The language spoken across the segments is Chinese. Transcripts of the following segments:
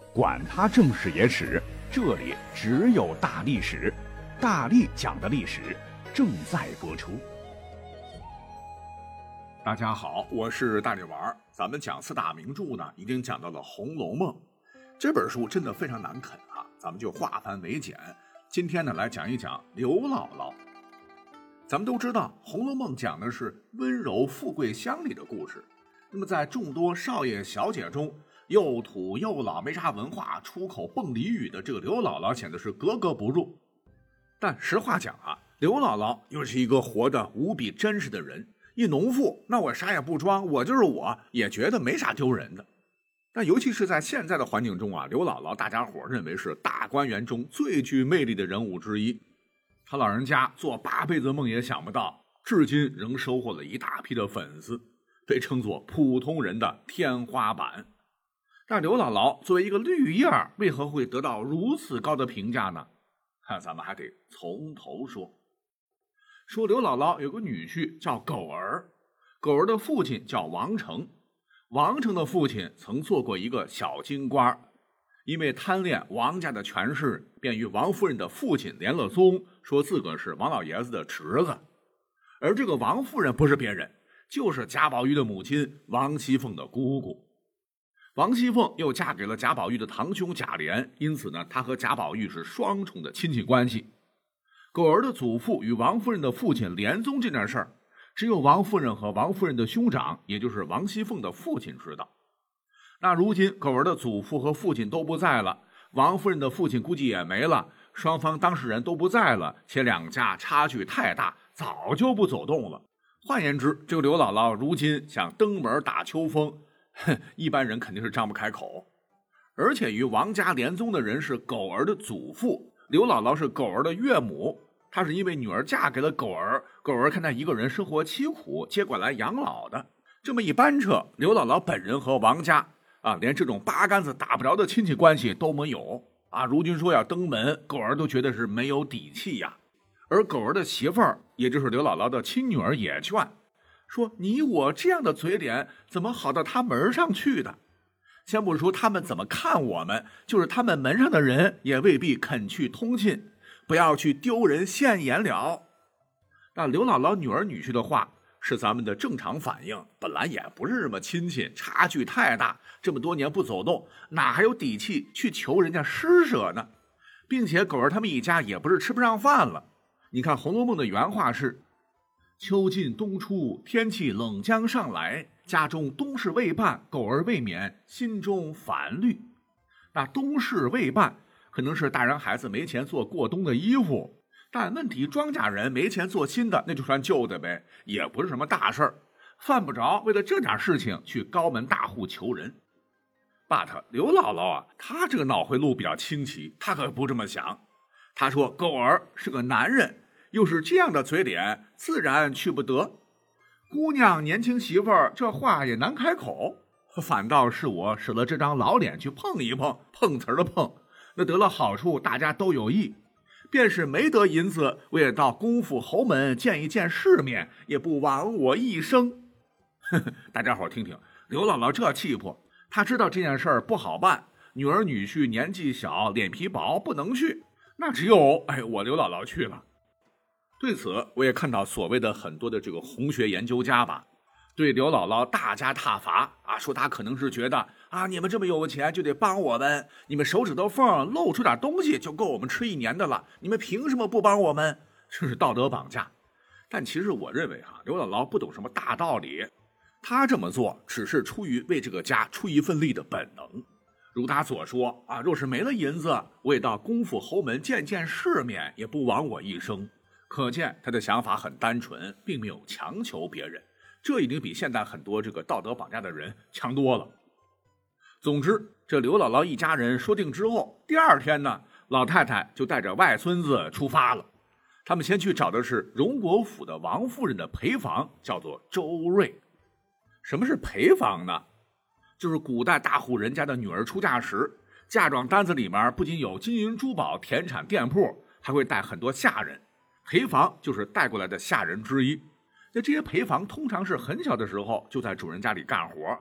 管他正史野史，这里只有大历史，大力讲的历史正在播出。 大家好，我是大力丸。咱们讲四大名著呢，已经讲到了《红楼梦》这本书，真的非常难啃啊。咱们就化繁为简，今天呢来讲一讲刘姥姥。咱们都知道，《红楼梦》讲的是温柔富贵乡里的故事。那么在众多少爷小姐中，又土又老没啥文化，出口蹦俚语的这个刘姥姥显得是格格不入。但实话讲啊，刘姥姥又是一个活得无比真实的人。一农妇，那我啥也不装，我就是我，也觉得没啥丢人的。但尤其是在现在的环境中啊，刘姥姥大家伙认为是大观园中最具魅力的人物之一。她老人家做8辈子梦也想不到，至今仍收获了一大批的粉丝，被称作普通人的天花板。但刘姥姥作为一个绿叶，为何会得到如此高的评价呢？咱们还得从头说。说刘姥姥有个女婿叫狗儿，狗儿的父亲叫王成，王成的父亲曾做过一个小京官，因为贪恋王家的权势，便与王夫人的父亲连了宗，说自个是王老爷子的侄子。而这个王夫人不是别人，就是贾宝玉的母亲王熙凤的姑姑。王熙凤又嫁给了贾宝玉的堂兄贾琏，因此呢，她和贾宝玉是双重的亲戚关系。狗儿的祖父与王夫人的父亲连宗这件事儿，只有王夫人和王夫人的兄长，也就是王熙凤的父亲知道。那如今狗儿的祖父和父亲都不在了，王夫人的父亲估计也没了，双方当事人都不在了，且两家差距太大，早就不走动了。换言之，这个刘姥姥如今想登门打秋风，一般人肯定是张不开口。而且与王家连宗的人是狗儿的祖父，刘姥姥是狗儿的岳母，她是因为女儿嫁给了狗儿，狗儿看她一个人生活凄苦，接过来养老的。这么一搬扯，刘姥姥本人和王家连这种八竿子打不着的亲戚关系都没有啊！如今说要登门，狗儿都觉得是没有底气呀。而狗儿的媳妇儿，也就是刘姥姥的亲女儿也劝说，你我这样的嘴脸怎么好到他门上去的？先不说他们怎么看我们，就是他们门上的人也未必肯去通信，不要去丢人现眼了。那刘姥姥女儿女婿的话是咱们的正常反应，本来也不是什么亲戚，差距太大，这么多年不走动，哪还有底气去求人家施舍呢？并且狗儿他们一家也不是吃不上饭了。你看《红楼梦》的原话是：秋尽冬初，天气冷将上来，家中冬事未办，狗儿未免心中烦虑。那冬事未办，可能是大人孩子没钱做过冬的衣服，但问题庄稼人没钱做新的，那就算旧的呗，也不是什么大事儿，犯不着为了这点事情去高门大户求人。but 刘姥姥她这个脑回路比较清奇，她可不这么想。她说狗儿是个男人，又是这样的嘴脸，自然去不得。姑娘年轻媳妇儿，这话也难开口，反倒是我使了这张老脸去碰一碰，碰瓷儿的碰，那得了好处，大家都有益。便是没得银子，我也到功夫侯门见一见世面，也不枉我一生。大家伙听听，刘姥姥这气魄，她知道这件事儿不好办，女儿女婿年纪小，脸皮薄，不能去，那只有我刘姥姥去了。对此，我也看到所谓的很多的这个红学研究家吧，对刘姥姥大加挞伐说她可能是觉得你们这么有钱就得帮我们，你们手指头缝露出点东西就够我们吃1年的了，你们凭什么不帮我们？这是道德绑架。但其实我认为刘姥姥不懂什么大道理，她这么做只是出于为这个家出一份力的本能。如她所说若是没了银子，我也到功夫侯门见见世面，也不枉我一生。可见他的想法很单纯，并没有强求别人，这已经比现在很多这个道德绑架的人强多了。总之，这刘姥姥一家人说定之后，第2天呢，老太太就带着外孙子出发了。他们先去找的是荣国府的王夫人的陪房，叫做周瑞。什么是陪房呢？就是古代大户人家的女儿出嫁时，嫁妆单子里面不仅有金银珠宝、田产店铺，还会带很多下人。陪房就是带过来的下人之一。那这些陪房通常是很小的时候就在主人家里干活，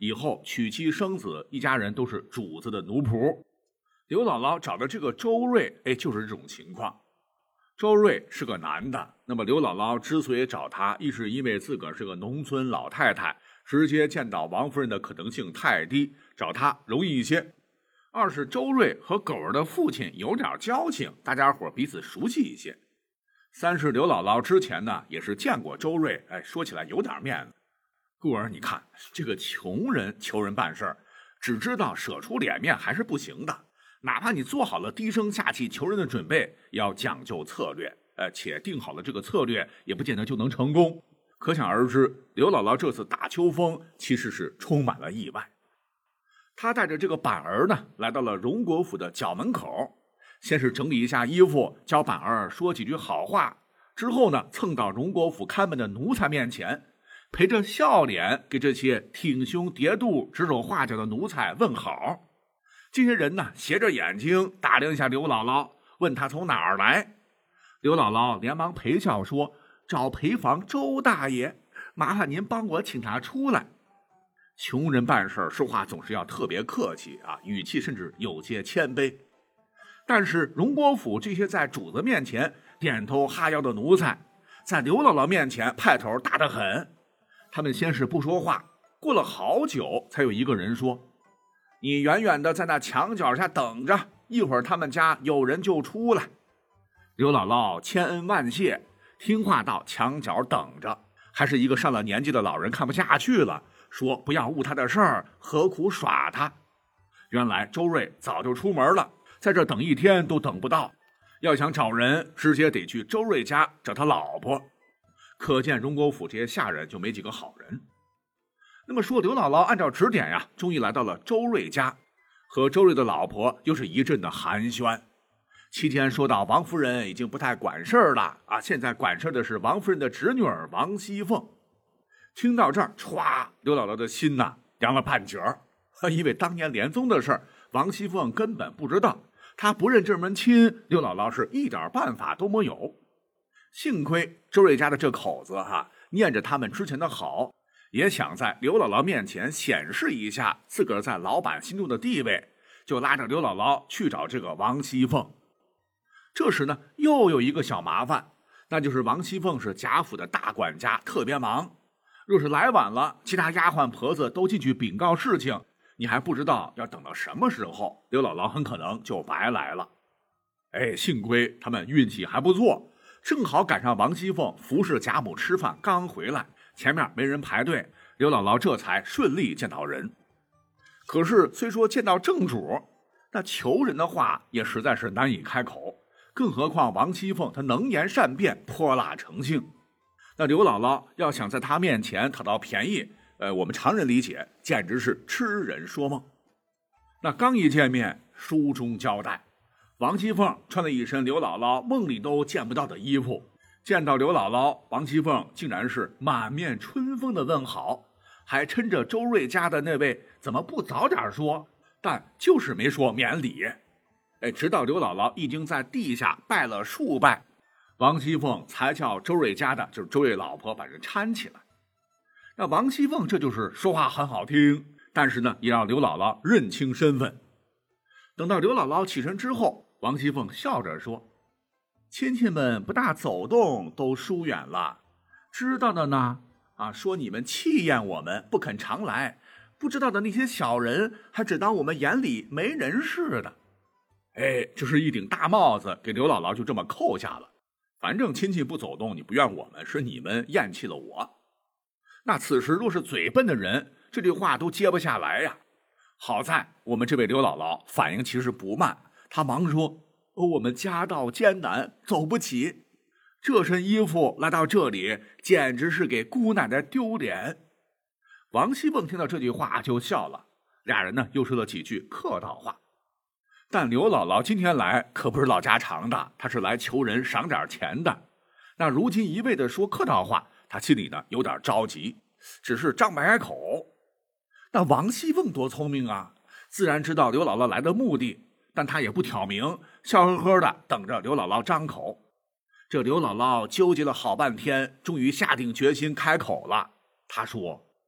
以后娶妻生子，一家人都是主子的奴仆。刘姥姥找的这个周瑞，就是这种情况。周瑞是个男的，那么刘姥姥之所以找他，一是因为自个儿是个农村老太太，直接见到王夫人的可能性太低，找他容易一些；二是周瑞和狗儿的父亲有点交情，大家伙彼此熟悉一些；三是刘姥姥之前呢也是见过周瑞，说起来有点面子。故而你看，这个穷人求人办事儿，只知道舍出脸面还是不行的。哪怕你做好了低声下气求人的准备，要讲究策略，且定好了这个策略，也不见得就能成功。可想而知，刘姥姥这次打秋风其实是充满了意外。她带着这个板儿呢，来到了荣国府的角门口，先是整理一下衣服，教板儿说几句好话，之后呢，蹭到荣国府看门的奴才面前，陪着笑脸给这些挺胸叠肚、指手画脚的奴才问好。这些人呢，斜着眼睛打量一下刘姥姥，问她从哪儿来。刘姥姥连忙陪笑说：“找陪房周大爷，麻烦您帮我请他出来。”穷人办事说话总是要特别客气啊，语气甚至有些谦卑。但是荣国府这些在主子面前点头哈腰的奴才，在刘姥姥面前派头大得很。他们先是不说话，过了好久，才有一个人说：“你远远的在那墙角下等着，一会儿他们家有人就出来。”刘姥姥千恩万谢，听话到墙角等着。还是一个上了年纪的老人看不下去了，说不要误他的事儿，何苦耍他。原来周瑞早就出门了，在这等一天都等不到，要想找人，直接得去周瑞家找他老婆。可见荣国府这些下人就没几个好人。那么说刘姥姥按照指点呀，终于来到了周瑞家，和周瑞的老婆又是一阵的寒暄。期间说到王夫人已经不太管事儿了啊，现在管事的是王夫人的侄女儿王熙凤。听到这儿，歘，刘姥姥的心呐凉了半截儿。因为当年连宗的事儿，王熙凤根本不知道，她不认这门亲，刘姥姥是一点办法都没有。幸亏周瑞家的这口子念着他们之前的好，也想在刘姥姥面前显示一下自个儿在老板心中的地位，就拉着刘姥姥去找这个王熙凤。这时呢，又有一个小麻烦，那就是王熙凤是贾府的大管家，特别忙。若是来晚了，其他丫鬟婆子都进去禀告事情，你还不知道要等到什么时候，刘姥姥很可能就白来了。幸亏他们运气还不错，正好赶上王熙凤服侍贾母吃饭刚回来，前面没人排队，刘姥姥这才顺利见到人。可是虽说见到正主，那求人的话也实在是难以开口，更何况王熙凤她能言善辩，泼辣成性。那刘姥姥要想在她面前讨到便宜，我们常人理解，简直是痴人说梦。那刚一见面，书中交代，王熙凤穿了一身刘姥姥梦里都见不到的衣服，见到刘姥姥，王熙凤竟然是满面春风的问好，还趁着周瑞家的那位怎么不早点说，但就是没说免礼。直到刘姥姥已经在地下拜了数拜，王熙凤才叫周瑞家的，就是周瑞老婆把人搀起来。那王熙凤这就是说话很好听，但是呢，也让刘姥姥认清身份。等到刘姥姥起身之后，王熙凤笑着说：“亲戚们不大走动，都疏远了。知道的呢，说你们气厌我们，不肯常来；不知道的那些小人，还只当我们眼里没人似的。”这是一顶大帽子，给刘姥姥就这么扣下了。反正亲戚不走动，你不怨我们，是你们厌弃了我。那此时若是嘴笨的人，这句话都接不下来呀。好在我们这位刘姥姥反应其实不慢，她忙说：“我们家道艰难，走不起。这身衣服来到这里，简直是给姑奶奶丢脸。”王熙凤听到这句话就笑了，俩人呢又说了几句客套话。但刘姥姥今天来可不是老家常的，她是来求人赏点钱的。那如今一味的说客套话，她心里呢有点着急，只是张不开口。那王熙凤多聪明啊，自然知道刘姥姥来的目的，但她也不挑明，笑呵呵的等着刘姥姥张口。这刘姥姥纠结了好半天，终于下定决心开口了。她说：“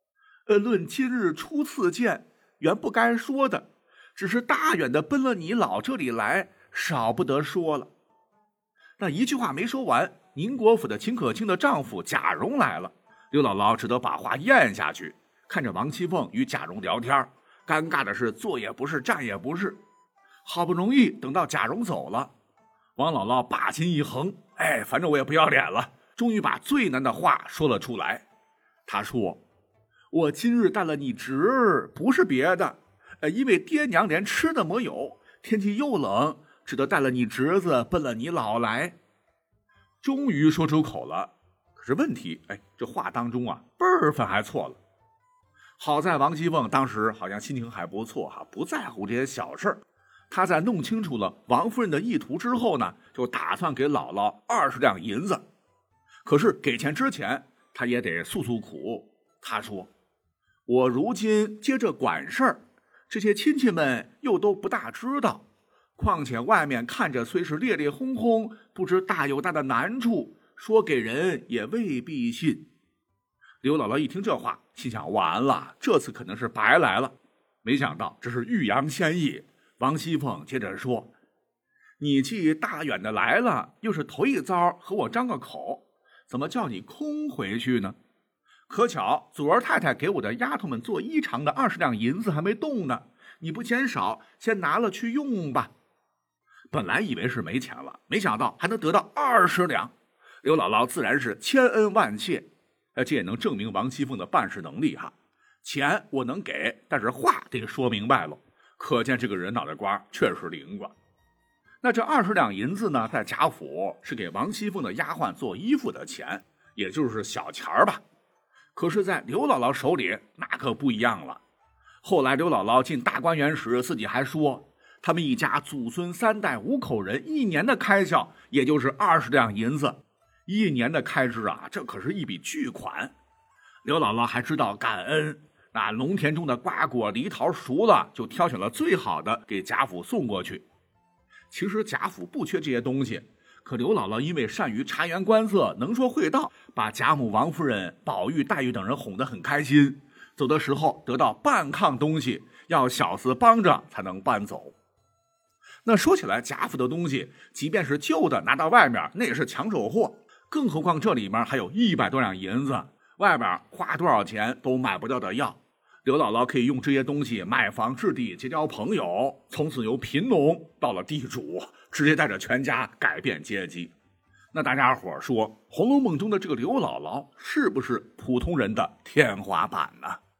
论今日初次见，原不该说的，只是大远的奔了你老这里来，少不得说了。那一句话没说完，宁国府的秦可卿的丈夫贾蓉来了，刘姥姥只得把话咽下去，看着王熙凤与贾蓉聊天，尴尬的是坐也不是，站也不是。好不容易等到贾蓉走了，王姥姥把心一横，反正我也不要脸了，终于把最难的话说了出来。她说：我今日带了你侄儿，不是别的，因为爹娘连吃的没有，天气又冷，只得带了你侄子奔了你老来。终于说出口了，可是问题，这话当中辈分还错了。好在王熙凤当时好像心情还不错不在乎这些小事儿。她在弄清楚了王夫人的意图之后呢，就打算给姥姥20两银子。可是给钱之前，她也得诉诉苦。她说：我如今接着管事儿，这些亲戚们又都不大知道，况且外面看着虽是烈烈轰轰，不知大有大的难处，说给人也未必信。刘姥姥一听这话，心想完了，这次可能是白来了。没想到这是欲扬先抑。王熙凤接着说：你既大远的来了，又是头一遭和我张个口，怎么叫你空回去呢？可巧祖儿太太给我的丫头们做衣裳的20两银子还没动呢，你不嫌少，先拿了去用吧。本来以为是没钱了，没想到还能得到20两。刘姥姥自然是千恩万谢，这也能证明王熙凤的办事能力钱我能给，但是话得说明白了，可见这个人脑袋瓜确实灵光。那这20两银子呢，在贾府是给王熙凤的丫鬟做衣服的钱，也就是小钱吧。可是在刘姥姥手里那可不一样了。后来刘姥姥进大观园时，自己还说他们一家祖孙3代5口人1年的开销也就是20两银子，1年的开支这可是一笔巨款。刘姥姥还知道感恩，那农田中的瓜果梨桃熟了，就挑选了最好的给贾府送过去。其实贾府不缺这些东西，可刘姥姥因为善于察言观色，能说会道，把贾母、王夫人、宝玉、黛玉等人哄得很开心。走的时候得到半炕东西，要小厮帮着才能搬走。那说起来，贾府的东西即便是旧的拿到外面，那也是抢手货，更何况这里面还有100多两银子，外面花多少钱都买不掉的药。刘姥姥可以用这些东西买房置地，结交朋友，从此由贫农到了地主，直接带着全家改变阶级。那大家伙说，《红楼梦》中的这个刘姥姥是不是普通人的天花板呢？